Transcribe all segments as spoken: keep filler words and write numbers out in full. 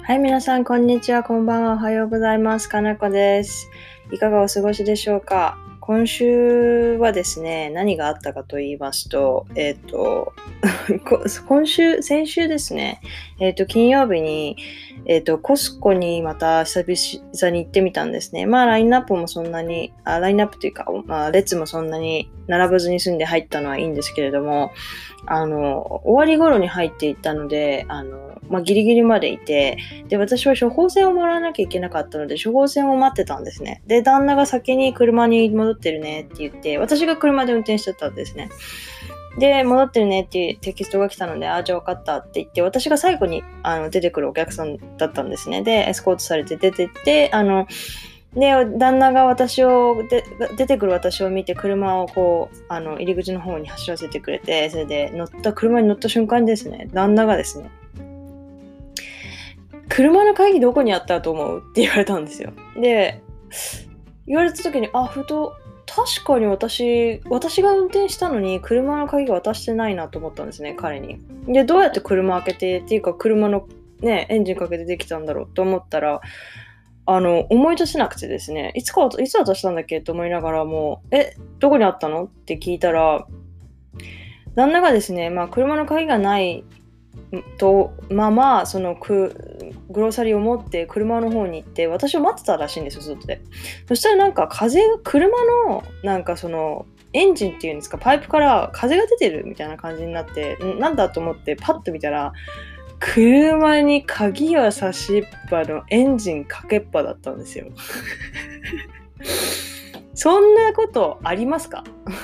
はい、皆さん、こんにちは、こんばんは、おはようございます。かなこです。いかがお過ごしでしょうか。今週はですね、何があったかと言いますと、えっ、と、今週、先週ですね、えっ、と、金曜日に、えっ、と、コスコにまた久々に行ってみたんですね。まあ、ラインナップもそんなに、あラインナップというか、まあ、列もそんなに並ばずに済んで入ったのはいいんですけれども、あの、終わり頃に入っていったので、あの、まあ、ギリギリまでいて、で、私は処方箋をもらわなきゃいけなかったので、処方箋を待ってたんですね。で、旦那が先に車に戻ってるねって言って、私が車で運転してたんですね。で、戻ってるねっていうテキストが来たので、あ、じゃあ分かったって言って、私が最後にあの出てくるお客さんだったんですね。で、エスコートされて出てって、あの、で、旦那が私をで、出てくる私を見て、車をこう、あの、入り口の方に走らせてくれて、それで乗った、車に乗った瞬間にですね、旦那がですね、車の鍵どこにあったと思うって言われたんですよ。で、言われた時に、あ、ふと、確かに私、私が運転したのに車の鍵が渡してないなと思ったんですね、彼に。で、どうやって車開けて、っていうか車のね、エンジンかけてできたんだろうと思ったら、あの、思い出せなくてですね、いつか、いつ渡したんだっけと思いながらも、え、どこにあったのって聞いたら、旦那がですね、まあ、車の鍵がないとまあまあそのグローサリーを持って車の方に行って私を待ってたらしいんですよ、外で。そしたらなんか風車のなんかそのエンジンっていうんですか、パイプから風が出てるみたいな感じになって、なんだと思ってパッと見たら、車に鍵は差しっぱのエンジンかけっぱだったんですよ。そんなことありますか？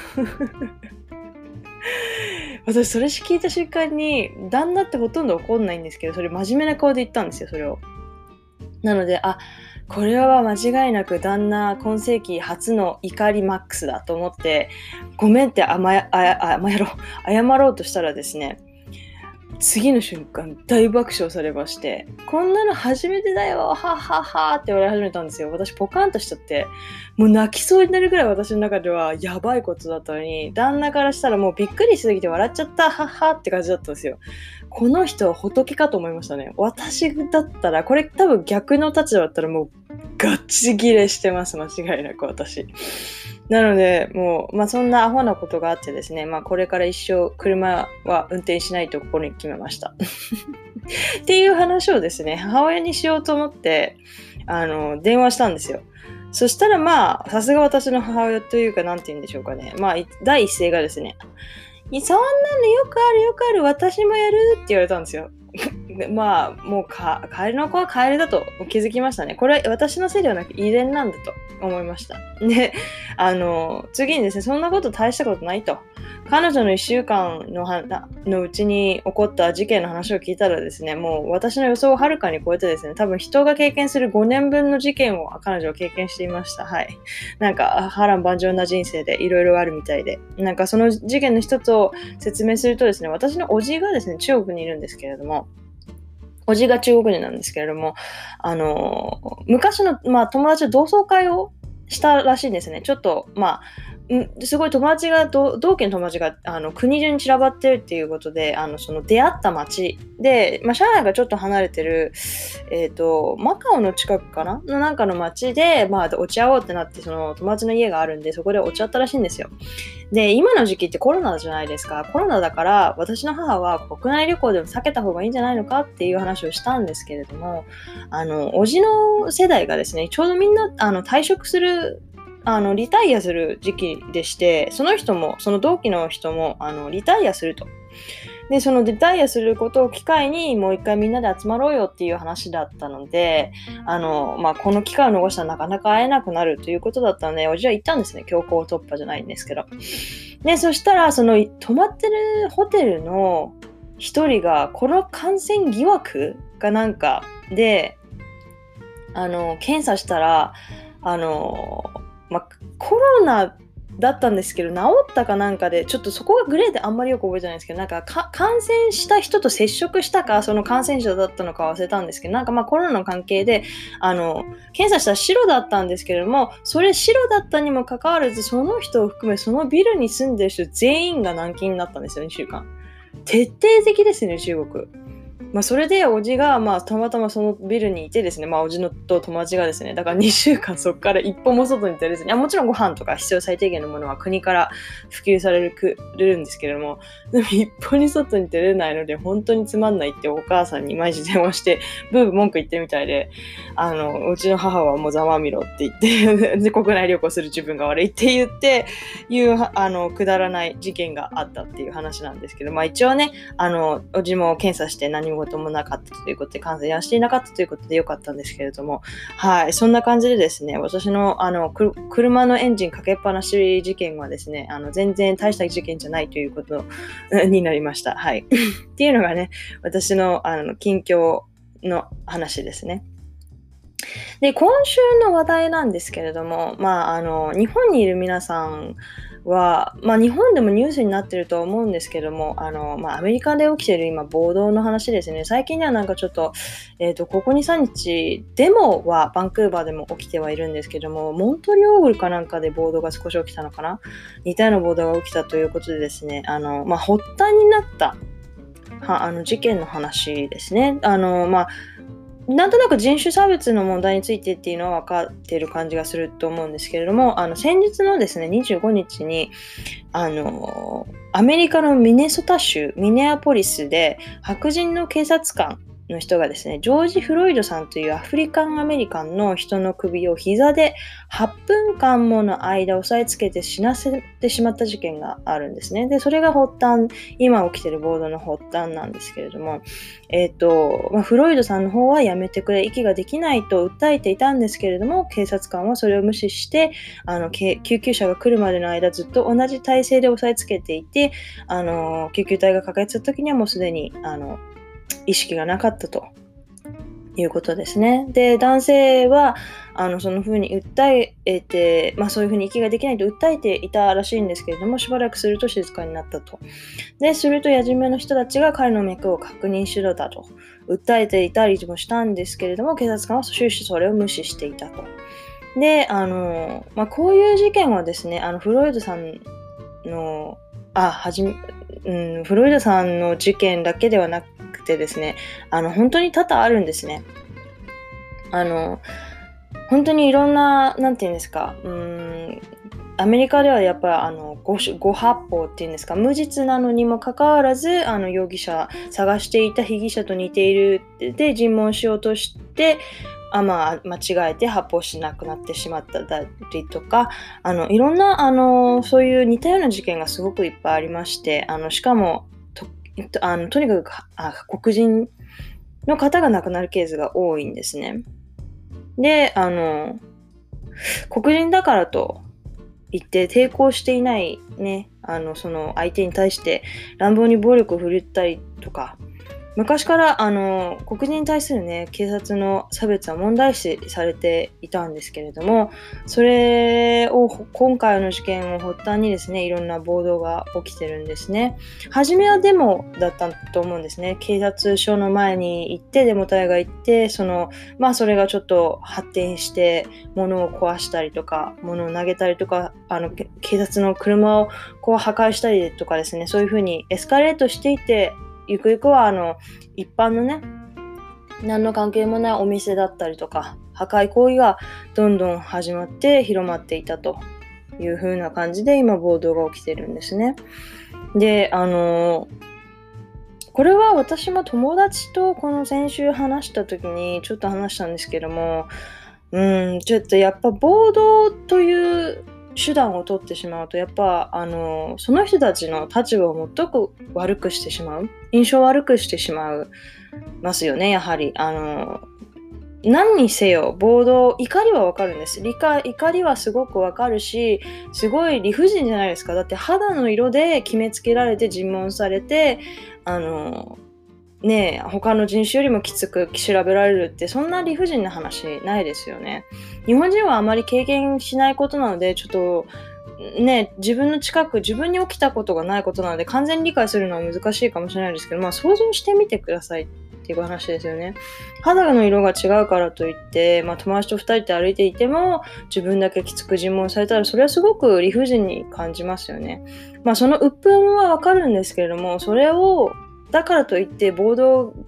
私それ聞いた瞬間に、旦那ってほとんど怒んないんですけど、それ真面目な顔で言ったんですよ、それを。なので、あ、これは間違いなく旦那今世紀初の怒りマックスだと思って、ごめんって甘や、あ、甘やろう、謝ろうとしたらですね、次の瞬間大爆笑されまして、こんなの初めてだよ、はっはっはって笑い始めたんですよ。私ポカンとしちゃって、もう泣きそうになるぐらい私の中ではやばいことだったのに、旦那からしたらもうびっくりしすぎて笑っちゃった、はっはって感じだったんですよ。この人は仏かと思いましたね。私だったら、これ多分逆の立場だったらもうガチギレしてます、間違いなく私。なので、もう、まあそんなアホなことがあってですね、まあこれから一生車は運転しないと心に決めました。っていう話をですね、母親にしようと思って、あの、電話したんですよ。そしたらまあ、さすが私の母親というか、なんて言うんでしょうかね。まあ、第一声がですね、そんなのよくあるよくある、私もやるって言われたんですよ。まあ、もうか、カエルの子はカエルだと気づきましたね。これは私のせいではなく遺伝なんだと思いました。で、あの、次にですね、そんなこと大したことないと。彼女のいっしゅうかんのはのうちに起こった事件の話を聞いたらですね、もう私の予想をはるかに超えてですね、多分人が経験するごねんぶんの事件を彼女は経験していました。はい。なんか波乱万丈な人生でいろいろあるみたいで、なんかその事件の一つを説明するとですね、私のおじがですね、中国にいるんですけれども、おじが中国人なんですけれども、あの昔の、まあ、友達と同窓会をしたらしいんですね。ちょっと、まあ、すごい友達が、同期の友達があの国中に散らばってるっていうことで、あのその出会った町で、まあ、上海がちょっと離れてる、えっと、マカオの近くかなのなんかの町で、まあ、落ち合おうってなって、その友達の家があるんで、そこで落ち合ったらしいんですよ。で、今の時期ってコロナじゃないですか。コロナだから、私の母は国内旅行でも避けた方がいいんじゃないのかっていう話をしたんですけれども、あの、おじの世代がですね、ちょうどみんな、あの、退職する、あの、リタイアする時期でして、その人も、その同期の人も、あの、リタイアすると。で、そのリタイアすることを機会にもう一回みんなで集まろうよっていう話だったので、あの、まあ、この機会を逃したらなかなか会えなくなるということだったので、おじは行ったんですね。強行突破じゃないんですけど。で、そしたら、その泊まってるホテルの一人が、この感染疑惑がなんかで、あの、検査したら、あの、まあ、コロナだったんですけど、治ったかなんかで、ちょっとそこがグレーであんまりよく覚えてないんですけど、なんかか感染した人と接触したか、その感染者だったのか忘れたんですけど、なんかまあコロナの関係で、あの、検査したら白だったんですけれども、それ白だったにもかかわらず、その人を含め、そのビルに住んでる人全員が軟禁になったんですよ、にしゅうかん。徹底的ですね、中国。 まあ、それでおじが、まあ、たまたまそのビルにいてですね、まあ、おじのと友達がですね、だからにしゅうかんそこから一歩も外に出れずに、あもちろんご飯とか必要最低限のものは国から普及されるくれるんですけれども、でも一歩に外に出れないので本当につまんないってお母さんに毎日電話してブーブー文句言ってるみたいで、あのうちの母はもうざまみろって言ってで国内旅行する自分が悪いって言っていうあのくだらない事件があったっていう話なんですけど、まあ一応ね、あのおじも検査して何事もなかったということで、感染はしていなかったということでよかったんですけれども、はい、そんな感じでですね、私のあのく車のエンジンかけっぱなし事件はですね、あの全然大した事件じゃないということになりました。はいっていうのがね、私のあの近況の話ですね。で、今週の話題なんですけれども、まあ、あの日本にいる皆さんは、まあ、日本でもニュースになってるとは思うんですけども、あの、まあ、アメリカで起きている今暴動の話ですね。最近ではなんかちょっと、えっと、ここに、さんにちデモはバンクーバーでも起きてはいるんですけども、モントリオールかなんかで暴動が少し起きたのかな、似たような暴動が起きたということでですね、あの、まあ、発端になったはあの事件の話ですね。あの、まあなんとなく人種差別の問題についてっていうのは分かっている感じがすると思うんですけれども、あの先日のですねにじゅうごにちにあのアメリカのミネソタ州ミネアポリスで白人の警察官の人がですね、ジョージ・フロイドさんというアフリカンアメリカンの人の首を膝ではっぷんかんもの間押さえつけて死なせてしまった事件があるんですね。で、それが発端、今起きている暴動の発端なんですけれども、えっと、まあ、フロイドさんの方はやめてくれ、息ができないと訴えていたんですけれども、警察官はそれを無視して、あの救急車が来るまでの間ずっと同じ体勢で押さえつけていて、あの救急隊が駆けつけた時にはもうすでにあの意識がなかったということですね。で、男性はあのその風に訴えて、まあ、そういう風に息ができないと訴えていたらしいんですけれども、しばらくすると静かになったと。で、するとやじめの人たちが彼の脈を確認しろだと訴えていたりもしたんですけれども、警察官は終始それを無視していたと。で、あの、まあ、こういう事件はですね、あのフロイドさんのあはじめうん、フロイドさんの事件だけではなくてですね、あの本当に多々あるんですね。あの本当にいろんな、なんていうんですか、うーんアメリカではやっぱりあの ご, ご発砲っていうんですか、無実なのにもかかわらずあの容疑者探していた被疑者と似ているで尋問しようとしてあ、まあ、間違えて発砲しなくなってしまったりとか、あのいろんなあのそういう似たような事件がすごくいっぱいありまして、あのしかも と, あのとにかくあ黒人の方が亡くなるケースが多いんですね。で、あの黒人だからと言って抵抗していないね、あのその相手に対して乱暴に暴力を振るったりとか、昔からあの黒人に対するね警察の差別は問題視されていたんですけれども、それを今回の事件を発端にですね、いろんな暴動が起きてるんですね。初めはデモだったと思うんですね。警察署の前に行ってデモ隊が行って、そのまあそれがちょっと発展して物を壊したりとか物を投げたりとか、あの警察の車をこう破壊したりとかですね、そういう風にエスカレートしていて、ゆくゆくはあの一般のね何の関係もないお店だったりとか破壊行為がどんどん始まって広まっていたという風な感じで今暴動が起きてるんですね。で、あのこれは私も友達とこの先週話した時にちょっと話したんですけども、うんちょっとやっぱ暴動という手段を取ってしまうと、やっぱあのその人たちの立場をもっとく悪くしてしまう、印象を悪くしてしまうますよね。やはりあの何にせよ暴動、怒りはわかるんです。怒りはすごくわかるし、すごい理不尽じゃないですか。だって肌の色で決めつけられて尋問されて、あのねえ、他の人種よりもきつく調べられるって、そんな理不尽な話ないですよね。日本人はあまり経験しないことなので、ちょっとね、自分の近く、自分に起きたことがないことなので完全に理解するのは難しいかもしれないですけど、まあ想像してみてくださいっていう話ですよね。肌の色が違うからといって、まあ、友達とふたりで歩いていても自分だけきつく尋問されたら、それはすごく理不尽に感じますよね。まあその鬱憤はわかるんですけれども、それをだからといって暴動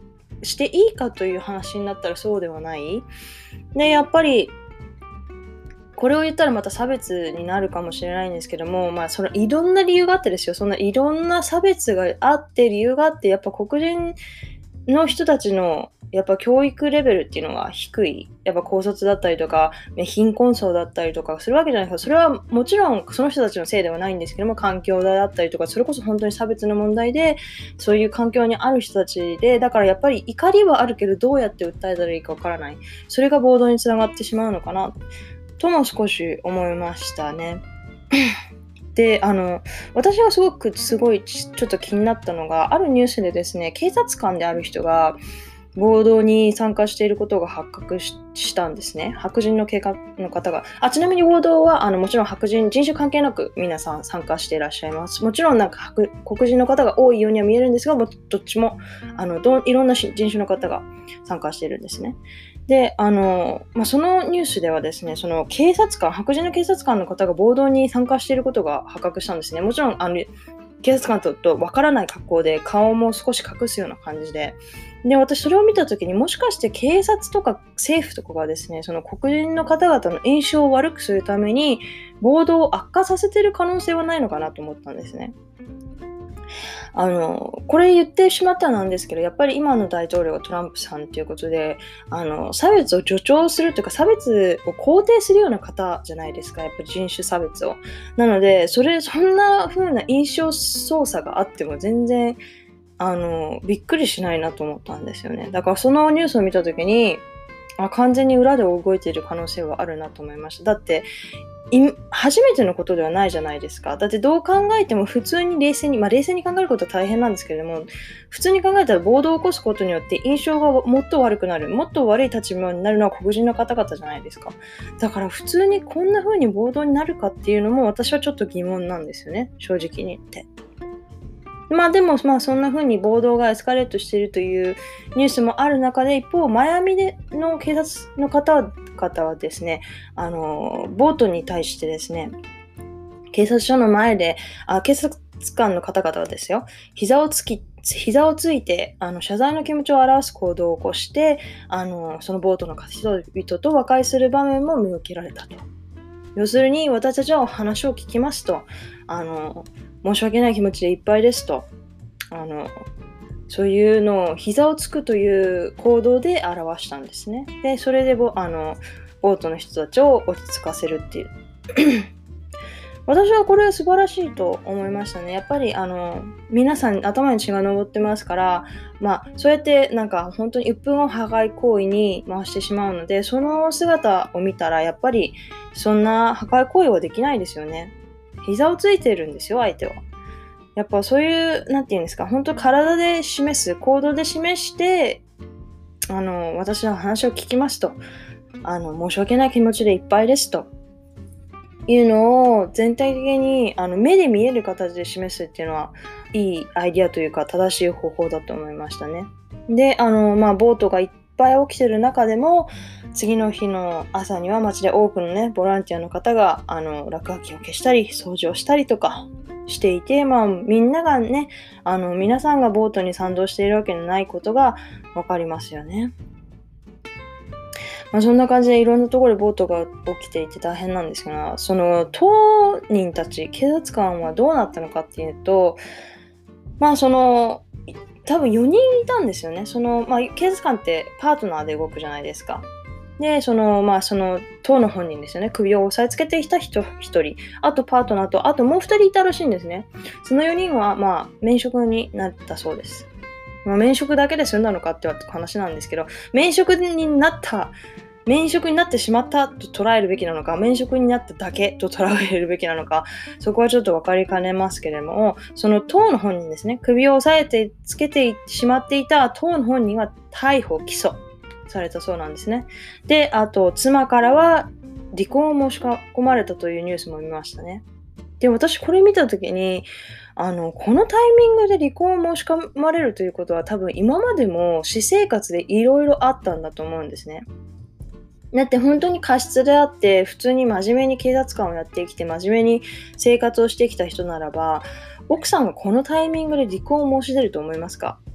していいかという話になったらそうではない。で、やっぱりこれを言ったらまた差別になるかもしれないんですけども、まあそのいろんな理由があってですよ。そんないろんな差別があって理由があって、やっぱ黒人の人たちのやっぱ教育レベルっていうのが低い。やっぱ高卒だったりとか、貧困層だったりとかするわけじゃないですか。それはもちろんその人たちのせいではないんですけども、環境だったりとか、それこそ本当に差別の問題で、そういう環境にある人たちで、だからやっぱり怒りはあるけど、どうやって訴えたらいいかわからない。それが暴動につながってしまうのかな、とも少し思いましたね。で、あの、私がすごくすごいちょっと気になったのが、あるニュースでですね、警察官である人が暴動に参加していることが発覚 し, したんですね。白人の警官の方が。あ、ちなみに暴動はあのもちろん白人、人種関係なく皆さん参加していらっしゃいます。もちろんなんか白黒人の方が多いようには見えるんですが、もどっちもあのどいろんな人種の方が参加しているんですね。で、あの、まあ、そのニュースではですね、その警察官、白人の警察官の方が暴動に参加していることが発覚したんですね。もちろん、あの、警察官ととわからない格好で顔も少し隠すような感じで、で、私それを見たときに、もしかして警察とか政府とかがですね、その黒人の方々の印象を悪くするために、暴動を悪化させている可能性はないのかなと思ったんですね。あのこれ言ってしまったなんですけど、やっぱり今の大統領がトランプさんということで、あの差別を助長するというか、差別を肯定するような方じゃないですか。やっぱり人種差別を。なので、それそんな風な印象操作があっても全然あのびっくりしないなと思ったんですよね。だからそのニュースを見たときに、あ、完全に裏で動いている可能性はあるなと思いました。だって初めてのことではないじゃないですか。だってどう考えても普通に冷静に、まあ冷静に考えることは大変なんですけれども、普通に考えたら暴動を起こすことによって印象がもっと悪くなる、もっと悪い立場になるのは黒人の方々じゃないですか。だから普通にこんな風に暴動になるかっていうのも私はちょっと疑問なんですよね、正直に言って。まあでもまあそんな風に暴動がエスカレートしているというニュースもある中で、一方マイアミでの警察の方々はですね、あのボートに対してですね、警察署の前であ警察官の方々はですよ、膝をつき膝をついてあの謝罪の気持ちを表す行動を起こして、あのそのボートの人々と和解する場面も見受けられたと。要するに、私たちは話を聞きますと、あの申し訳ない気持ちでいっぱいですと、あのそういうのを膝をつくという行動で表したんですね。で、それでボあのボートの人たちを落ち着かせるっていう私はこれは素晴らしいと思いましたね。やっぱりあの皆さん頭に血が上ってますから、まあそうやってなんか本当に鬱憤を破壊行為に回してしまうので、その姿を見たらやっぱりそんな破壊行為はできないですよね。膝をついてるんですよ、相手は。やっぱそういうなんていうんですか、本当体で示す、行動で示して、あの私の話を聞きますと、あの申し訳ない気持ちでいっぱいですと。いうのを全体的にあの目で見える形で示すっていうのはいいアイディアというか正しい方法だと思いましたね。で、あのまあボートがいっぱい起きてる中でも、次の日の朝には街で多くのねボランティアの方があの落書きを消したり掃除をしたりとかしていて、まあみんながね、あの皆さんがボートに賛同しているわけのないことがわかりますよね。まあ、そんな感じでいろんなところでボートが起きていて大変なんですが、その当人たち、警察官はどうなったのかっていうと、まあその多分よにんいたんですよね。その、まあ、警察官ってパートナーで動くじゃないですか。で、その、まあ、その、当の本人ですよね。首を押さえつけていた人一人、あとパートナーと、あともう二人いたらしいんですね。そのよにんは、まあ、免職になったそうです。まあ、免職だけで済んだのかって話なんですけど、免職になった、免職になってしまったと捉えるべきなのか、免職になっただけと捉えるべきなのか、そこはちょっと分かりかねますけれども、その当の本人ですね、首を押さえてつけてしまっていた当の本人は逮捕・起訴されたそうなんですね。で、あと妻からは離婚を申し込まれたというニュースも見ましたね。で、私これ見たときに、あのこのタイミングで離婚を申し込まれるということは多分今までも私生活でいろいろあったんだと思うんですね。だって本当に過失であって普通に真面目に警察官をやってきて真面目に生活をしてきた人ならば、奥さんがこのタイミングで離婚を申し出ると思いますか？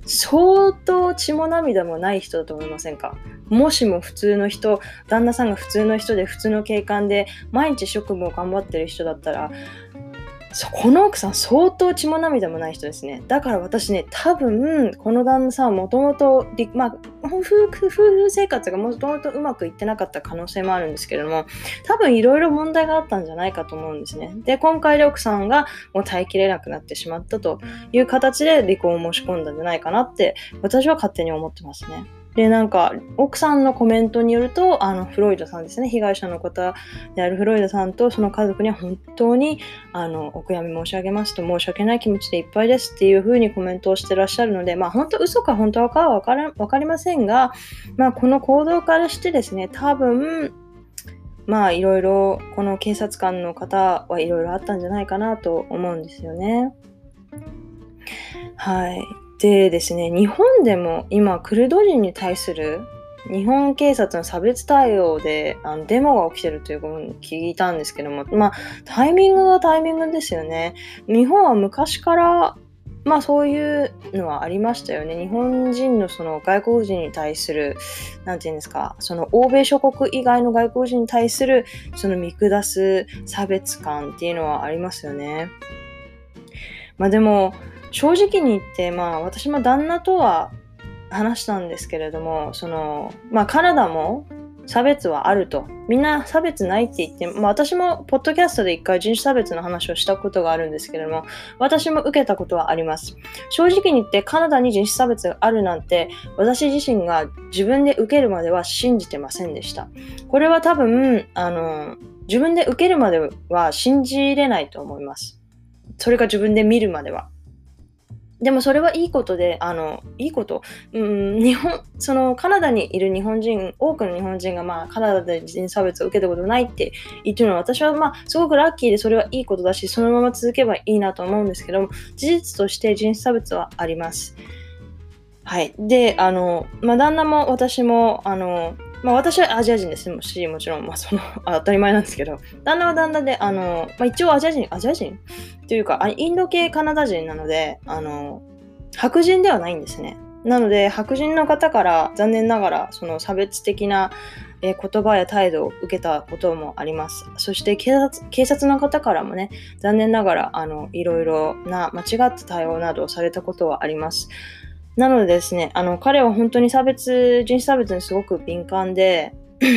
相当血も涙もない人だと思いませんか？もしも普通の人、旦那さんが普通の人で普通の警官で毎日職務を頑張ってる人だったら、そこの奥さん相当血も涙もない人ですね。だから私ね、多分この旦那さんはもともと、まあ、夫婦夫婦生活がもともとうまくいってなかった可能性もあるんですけれども、多分いろいろ問題があったんじゃないかと思うんですね。で、今回で奥さんがもう耐えきれなくなってしまったという形で離婚を申し込んだんじゃないかなって私は勝手に思ってますね。で、なんか奥さんのコメントによると、あのフロイドさんですね、被害者の方であるフロイドさんとその家族には本当にあのお悔やみ申し上げますと、申し訳ない気持ちでいっぱいですっていう風にコメントをしてらっしゃるので、まあ本当嘘か本当かはわからわかりませんが、まあこの行動からしてですね、多分まあいろいろこの警察官の方はいろいろあったんじゃないかなと思うんですよね。はい。でですね、日本でも今クルド人に対する日本警察の差別対応であのデモが起きてるということを聞いたんですけども、まあタイミングはタイミングですよね。日本は昔からまあそういうのはありましたよね。日本人のその外国人に対する、なんていうんですか、その欧米諸国以外の外国人に対するその見下す差別感っていうのはありますよね。まあでも正直に言って、まあ私も旦那とは話したんですけれども、そのまあカナダも差別はあると。みんな差別ないって言って、まあ私もポッドキャストで一回人種差別の話をしたことがあるんですけれども、私も受けたことはあります。正直に言ってカナダに人種差別があるなんて、私自身が自分で受けるまでは信じてませんでした。これは多分、あの、自分で受けるまでは信じれないと思います。それが自分で見るまでは。でもそれはいいことで、あの、いいこと、うん、日本、そのカナダにいる日本人、多くの日本人がまあカナダで人種差別を受けたことないって言ってるのは、私はまあすごくラッキーでそれはいいことだし、そのまま続けばいいなと思うんですけども、事実として人種差別はあります。はい。で、あの、まあ旦那も私も、あの、まあ私はアジア人ですし、もちろん、まあその、当たり前なんですけど、旦那は旦那で、あの、まあ一応アジア人、アジア人というか、インド系カナダ人なので、あの、白人ではないんですね。なので、白人の方から残念ながら、その差別的な、えー、言葉や態度を受けたこともあります。そして警察、警察の方からもね、残念ながら、あの、いろいろな間違った対応などをされたことはあります。なのでですね、あの、彼は本当に差別、人種差別にすごく敏感で、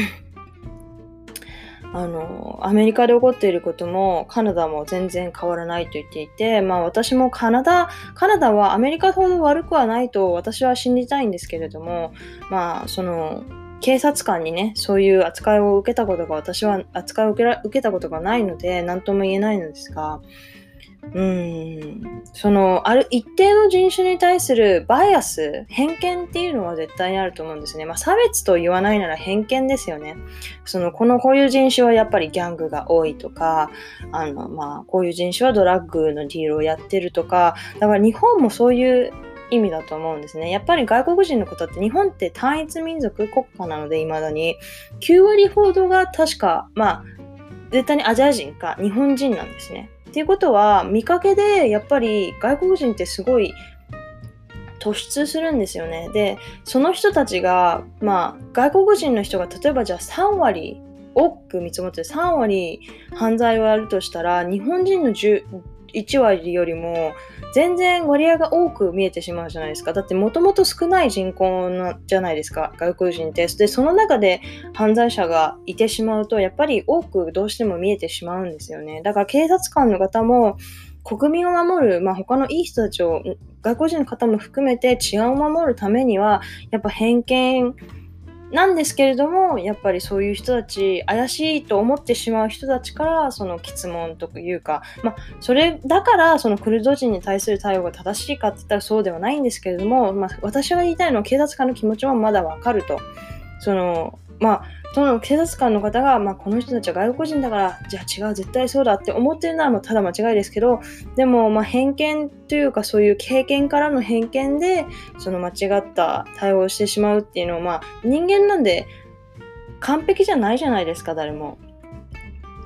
あの、アメリカで起こっていることもカナダも全然変わらないと言っていて、まあ私もカナダ、カナダはアメリカほど悪くはないと私は信じたいんですけれども、まあその、警察官にね、そういう扱いを受けたことが、私は扱いを受けら受けたことがないので、何とも言えないのですが、うーん、その、ある一定の人種に対するバイアス、偏見っていうのは絶対にあると思うんですね。まあ、差別と言わないなら偏見ですよね。その、この、こういう人種はやっぱりギャングが多いとか、あの、まあ、こういう人種はドラッグのディールをやってるとか、だから日本もそういう意味だと思うんですね。やっぱり外国人の方って、日本って単一民族国家なので、未だに、きゅうわりほどが確か、まあ、絶対にアジア人か日本人なんですね。っていうことは、見かけでやっぱり外国人ってすごい突出するんですよね。で、その人たちが、まあ、外国人の人が例えばじゃあさんわり多く見積もってさんわり犯罪をやるとしたら、日本人のいちわりよりも全然割合が多く見えてしまうじゃないですか。だってもともと少ない人口のじゃないですか、外国人って。で、その中で犯罪者がいてしまうと、やっぱり多くどうしても見えてしまうんですよね。だから警察官の方も国民を守る、まあ、他のいい人たちを、外国人の方も含めて治安を守るためには、やっぱ偏見なんですけれども、やっぱりそういう人たち、怪しいと思ってしまう人たちから、その詰問というか、まあ、それだからそのクルド人に対する対応が正しいかって言ったらそうではないんですけれども、まあ、私が言いたいのは警察官の気持ちもまだわかると。その、まあ、その警察官の方が、まあ、この人たちは外国人だから、じゃあ違う、絶対そうだって思ってるのはもうただ間違いですけど、でも、まあ、偏見というか、そういう経験からの偏見で、その間違った対応をしてしまうっていうのは、まあ、人間なんで完璧じゃないじゃないですか、誰も。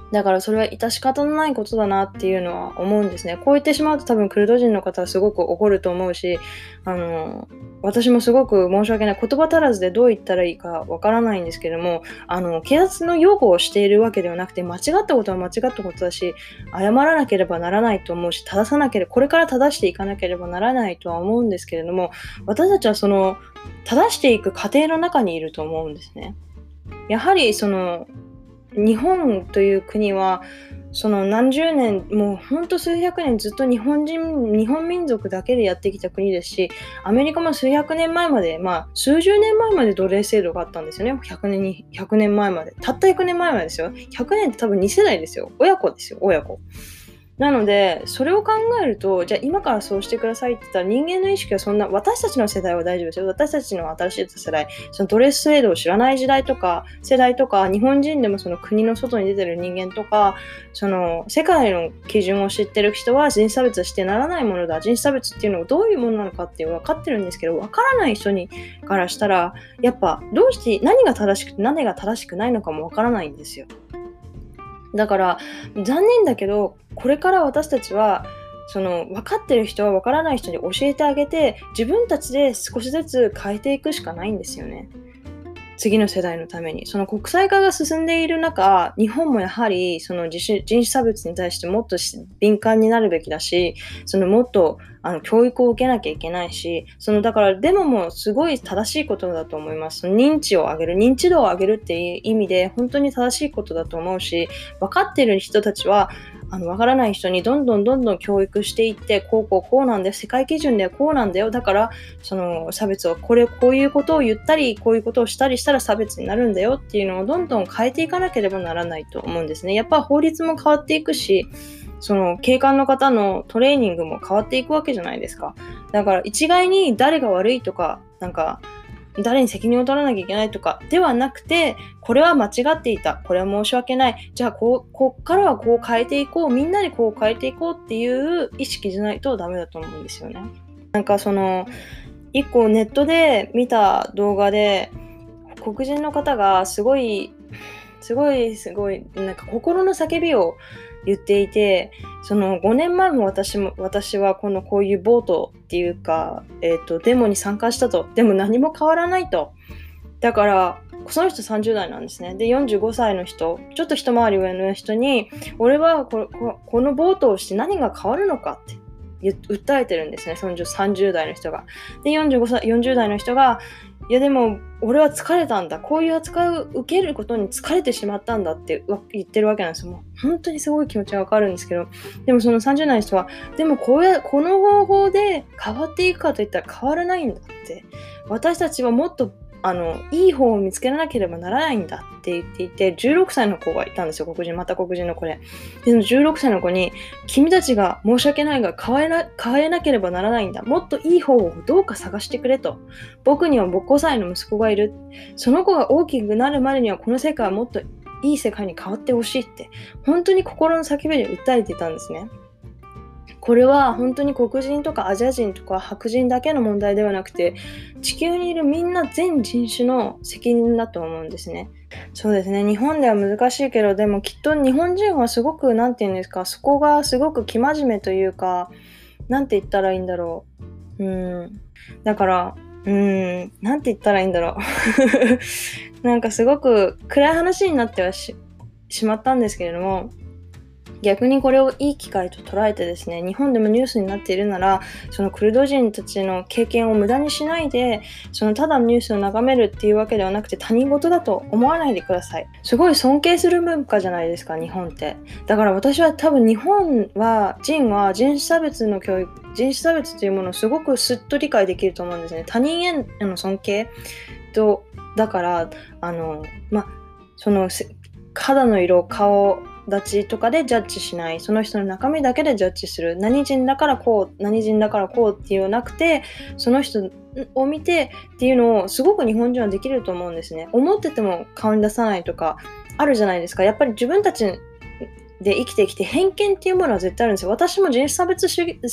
だからそれは致し方のないことだなっていうのは思うんですね。こう言ってしまうと多分クルド人の方はすごく怒ると思うし、あの私もすごく申し訳ない。言葉足らずでどう言ったらいいかわからないんですけども、あの警察の擁護をしているわけではなくて、間違ったことは間違ったことだし、謝らなければならないと思うし、正さなければ、これから正していかなければならないとは思うんですけれども、私たちはその正していく過程の中にいると思うんですね。やはりその日本という国はその何十年、もうほんと数百年ずっと日本人、日本民族だけでやってきた国ですし、アメリカも数百年前まで、まあ数十年前まで奴隷制度があったんですよね。ひゃくねんに、ひゃくねんまえまで。たったひゃくねんまえまでですよ。ひゃくねんって多分に世代ですよ。親子ですよ、親子。なので、それを考えると、じゃあ今からそうしてくださいって言ったら、人間の意識はそんな、私たちの世代は大丈夫ですよ。私たちの新しい世代、そのドレス制度を知らない時代とか、世代とか、日本人でもその国の外に出てる人間とか、その世界の基準を知ってる人は人種差別してならないものだ。人種差別っていうのがどういうものなのかっていうのは分かってるんですけど、分からない人にからしたら、やっぱどうして何が正しくて何が正しくないのかも分からないんですよ。だから残念だけど、これから私たちはその分かってる人は分からない人に教えてあげて、自分たちで少しずつ変えていくしかないんですよね。次の世代のために。その国際化が進んでいる中、日本もやはりその人種差別に対してもっと敏感になるべきだし、そのもっとあの教育を受けなきゃいけないし、そのだからデモもすごい正しいことだと思います。その認知を上げる、認知度を上げるっていう意味で本当に正しいことだと思うし、分かってる人たちはあの分からない人にどんどんどんどん教育していって、こうこうこうなんだよ、世界基準ではこうなんだよ、だからその差別をこれこういうことを言ったりこういうことをしたりしたら差別になるんだよっていうのをどんどん変えていかなければならないと思うんですね。やっぱ法律も変わっていくし、その警官の方のトレーニングも変わっていくわけじゃないですか。だから一概に誰が悪いとか、なんか誰に責任を取らなきゃいけないとかではなくて、これは間違っていた、これは申し訳ない、じゃあこうこっからはこう変えていこう、みんなでこう変えていこうっていう意識じゃないとダメだと思うんですよね。なんかその一個ネットで見た動画で、黒人の方がすごいすごいすごいなんか心の叫びを言っていて、そのごねんまえも私も私はこのこういうボートっていうか、えーと、デモに参加したと。でも何も変わらないと。だからその人さんじゅう代なんですね。でよんじゅうごさいの人、ちょっと一回り上の人に、俺はこここのボートをして何が変わるのかって訴えてるんですね。そのさんじゅう代の人が。でよんじゅうごさいよんじゅう代の人が、いやでも俺は疲れたんだ、こういう扱いを受けることに疲れてしまったんだって言ってるわけなんですよ。もう本当にすごい気持ちはわかるんですけど、でもそのさんじゅう代の人は、でもこうやこの方法で変わっていくかといったら変わらないんだって、私たちはもっとあのいい方を見つけなければならないんだって言っていて、じゅうろくさいの子がいたんですよ。黒人、また黒人の子で。でそのじゅうろくさいの子に、君たちが申し訳ないが変えな変えなければならないんだ、もっといい方をどうか探してくれと。僕にはごさいの息子がいる、その子が大きくなるまでにはこの世界はもっといい世界に変わってほしいって、本当に心の叫びで訴えていたんですね。これは本当に黒人とかアジア人とか白人だけの問題ではなくて、地球にいるみんな全人種の責任だと思うんですね。そうですね、日本では難しいけど、でもきっと日本人はすごく、なんていうんですか、そこがすごく生真面目というか、なんて言ったらいいんだろう。うーん。だから、うーん、なんて言ったらいいんだろう。なんかすごく暗い話になっては し, しまったんですけれども、逆にこれをいい機会と捉えてですね、日本でもニュースになっているなら、そのクルド人たちの経験を無駄にしないで、そのただのニュースを眺めるっていうわけではなくて、他人事だと思わないでください。すごい尊敬する文化じゃないですか、日本って。だから私は多分日本は人は人種差別の教育、人種差別というものをすごくすっと理解できると思うんですね。他人への尊敬と、だからあのまその肌の色、顔立ちとかでジャッジしない、その人の中身だけでジャッジする、何人だからこう、何人だからこうっていうなくて、その人を見てっていうのをすごく日本人はできると思うんですね。思ってても顔に出さないとかあるじゃないですか。やっぱり自分たちで生きてきて偏見っていうものは絶対あるんですよ。私も人種差別主義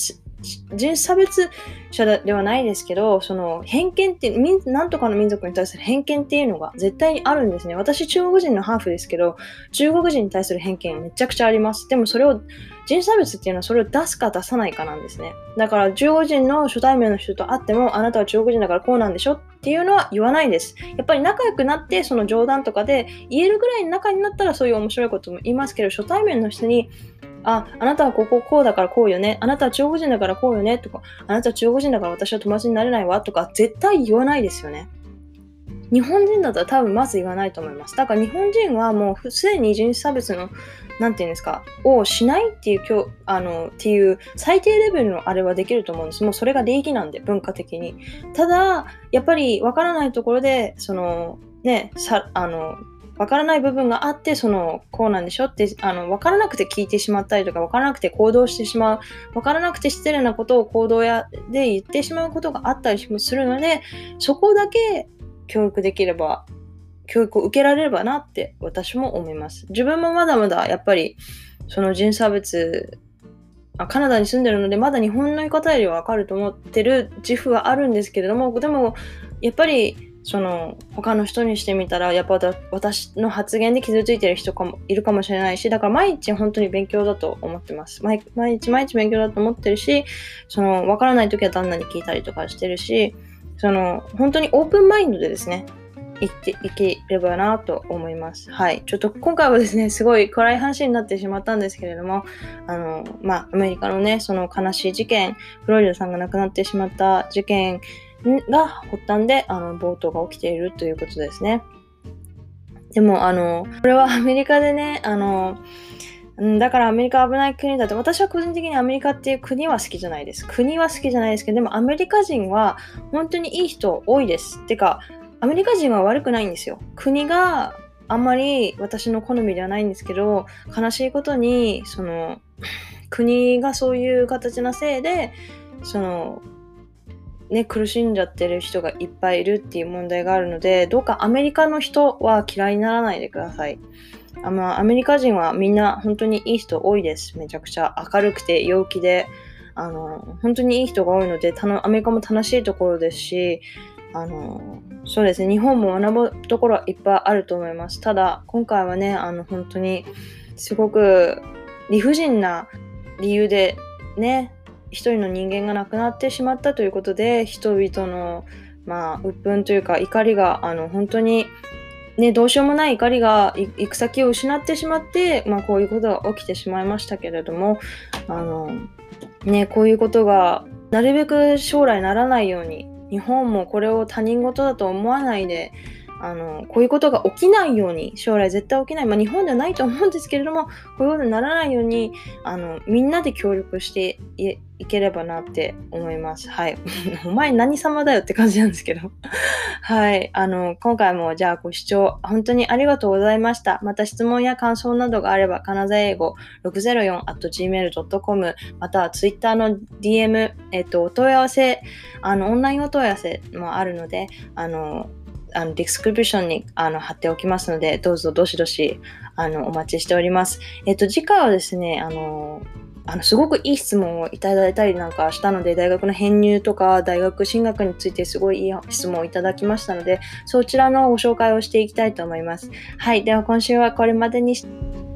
人種差別者ではないですけど、その偏見って民なんとかの民族に対する偏見っていうのが絶対にあるんですね。私中国人のハーフですけど、中国人に対する偏見めちゃくちゃあります。でもそれを人種差別っていうのはそれを出すか出さないかなんですね。だから中国人の初対面の人と会っても、あなたは中国人だからこうなんでしょっていうのは言わないです。やっぱり仲良くなって、その冗談とかで言えるぐらいの仲になったらそういう面白いことも言いますけど、初対面の人にあ、あなたはこここうだからこうよね。あなたは中国人だからこうよね。とか、あなたは中国人だから私は友達になれないわ。とか、絶対言わないですよね。日本人だったら多分まず言わないと思います。だから日本人はもうすでに人種差別の、なんていうんですか、をしないっていう、あの、っていう最低レベルのあれはできると思うんです。もうそれが礼儀なんで、文化的に。ただ、やっぱりわからないところで、その、ね、さ、あの、わからない部分があって、その、こうなんでしょって、あの、わからなくて聞いてしまったりとか、わからなくて行動してしまう、わからなくて失礼なことを行動やで言ってしまうことがあったりもするので、そこだけ教育できれば、教育を受けられればなって私も思います。自分もまだまだやっぱり、その人種差別、あカナダに住んでるので、まだ日本の方よりはわかると思ってる自負はあるんですけれども、でも、やっぱり、その他の人にしてみたらやっぱ私の発言で傷ついてる人かもいるかもしれないし、だから毎日本当に勉強だと思ってます。毎, 毎日毎日勉強だと思ってるし、その分からない時は旦那に聞いたりとかしてるし、その本当にオープンマインドでですね生きていければなと思います。はい、ちょっと今回はですねすごい暗い話になってしまったんですけれども、あのまあアメリカのねその悲しい事件、フロリダさんが亡くなってしまった事件が発端であの暴動が起きているということですね。でもあのこれはアメリカでね、あのだからアメリカは危ない国だと、私は個人的にアメリカっていう国は好きじゃないです。国は好きじゃないですけど、でもアメリカ人は本当にいい人多いです。てかアメリカ人は悪くないんですよ。国があんまり私の好みではないんですけど、悲しいことにその国がそういう形なせいでそのね、苦しんじゃってる人がいっぱいいるっていう問題があるので、どうかアメリカの人は嫌いにならないでください。あ、まあ、アメリカ人はみんな本当にいい人多いです。めちゃくちゃ明るくて陽気で、あの本当にいい人が多いので、たのアメリカも楽しいところですし、あのそうですね、日本も学ぶところはいっぱいあると思います。ただ今回はね、あの本当にすごく理不尽な理由でね、一人の人間が亡くなってしまったということで、人々のまあ鬱憤というか怒りがあの本当にね、どうしようもない怒りが行く先を失ってしまって、まあこういうことが起きてしまいましたけれども、あのね、こういうことがなるべく将来ならないように、日本もこれを他人事だと思わないで、あのこういうことが起きないように、将来絶対起きない、まあ、日本ではないと思うんですけれども、こういうことにならないようにあのみんなで協力してい、いければなって思います。はい。お前何様だよって感じなんですけどはい。あの今回もじゃあご視聴本当にありがとうございました。また質問や感想などがあれば、カナダ英語 ろくぜろよん アット ジーメール ドット コム または Twitter の ディーエム、えっと、お問い合わせ、あのオンラインお問い合わせもあるので、あのあのディスクリプションにあの貼っておきますので、どうぞどしどしあのお待ちしております。えっと次回はですね、あのあのすごくいい質問をいただいたりなんかしたので、大学の編入とか大学進学についてすごいいい質問をいただきましたので、そちらのご紹介をしていきたいと思います。はい、では今週はこれまでにし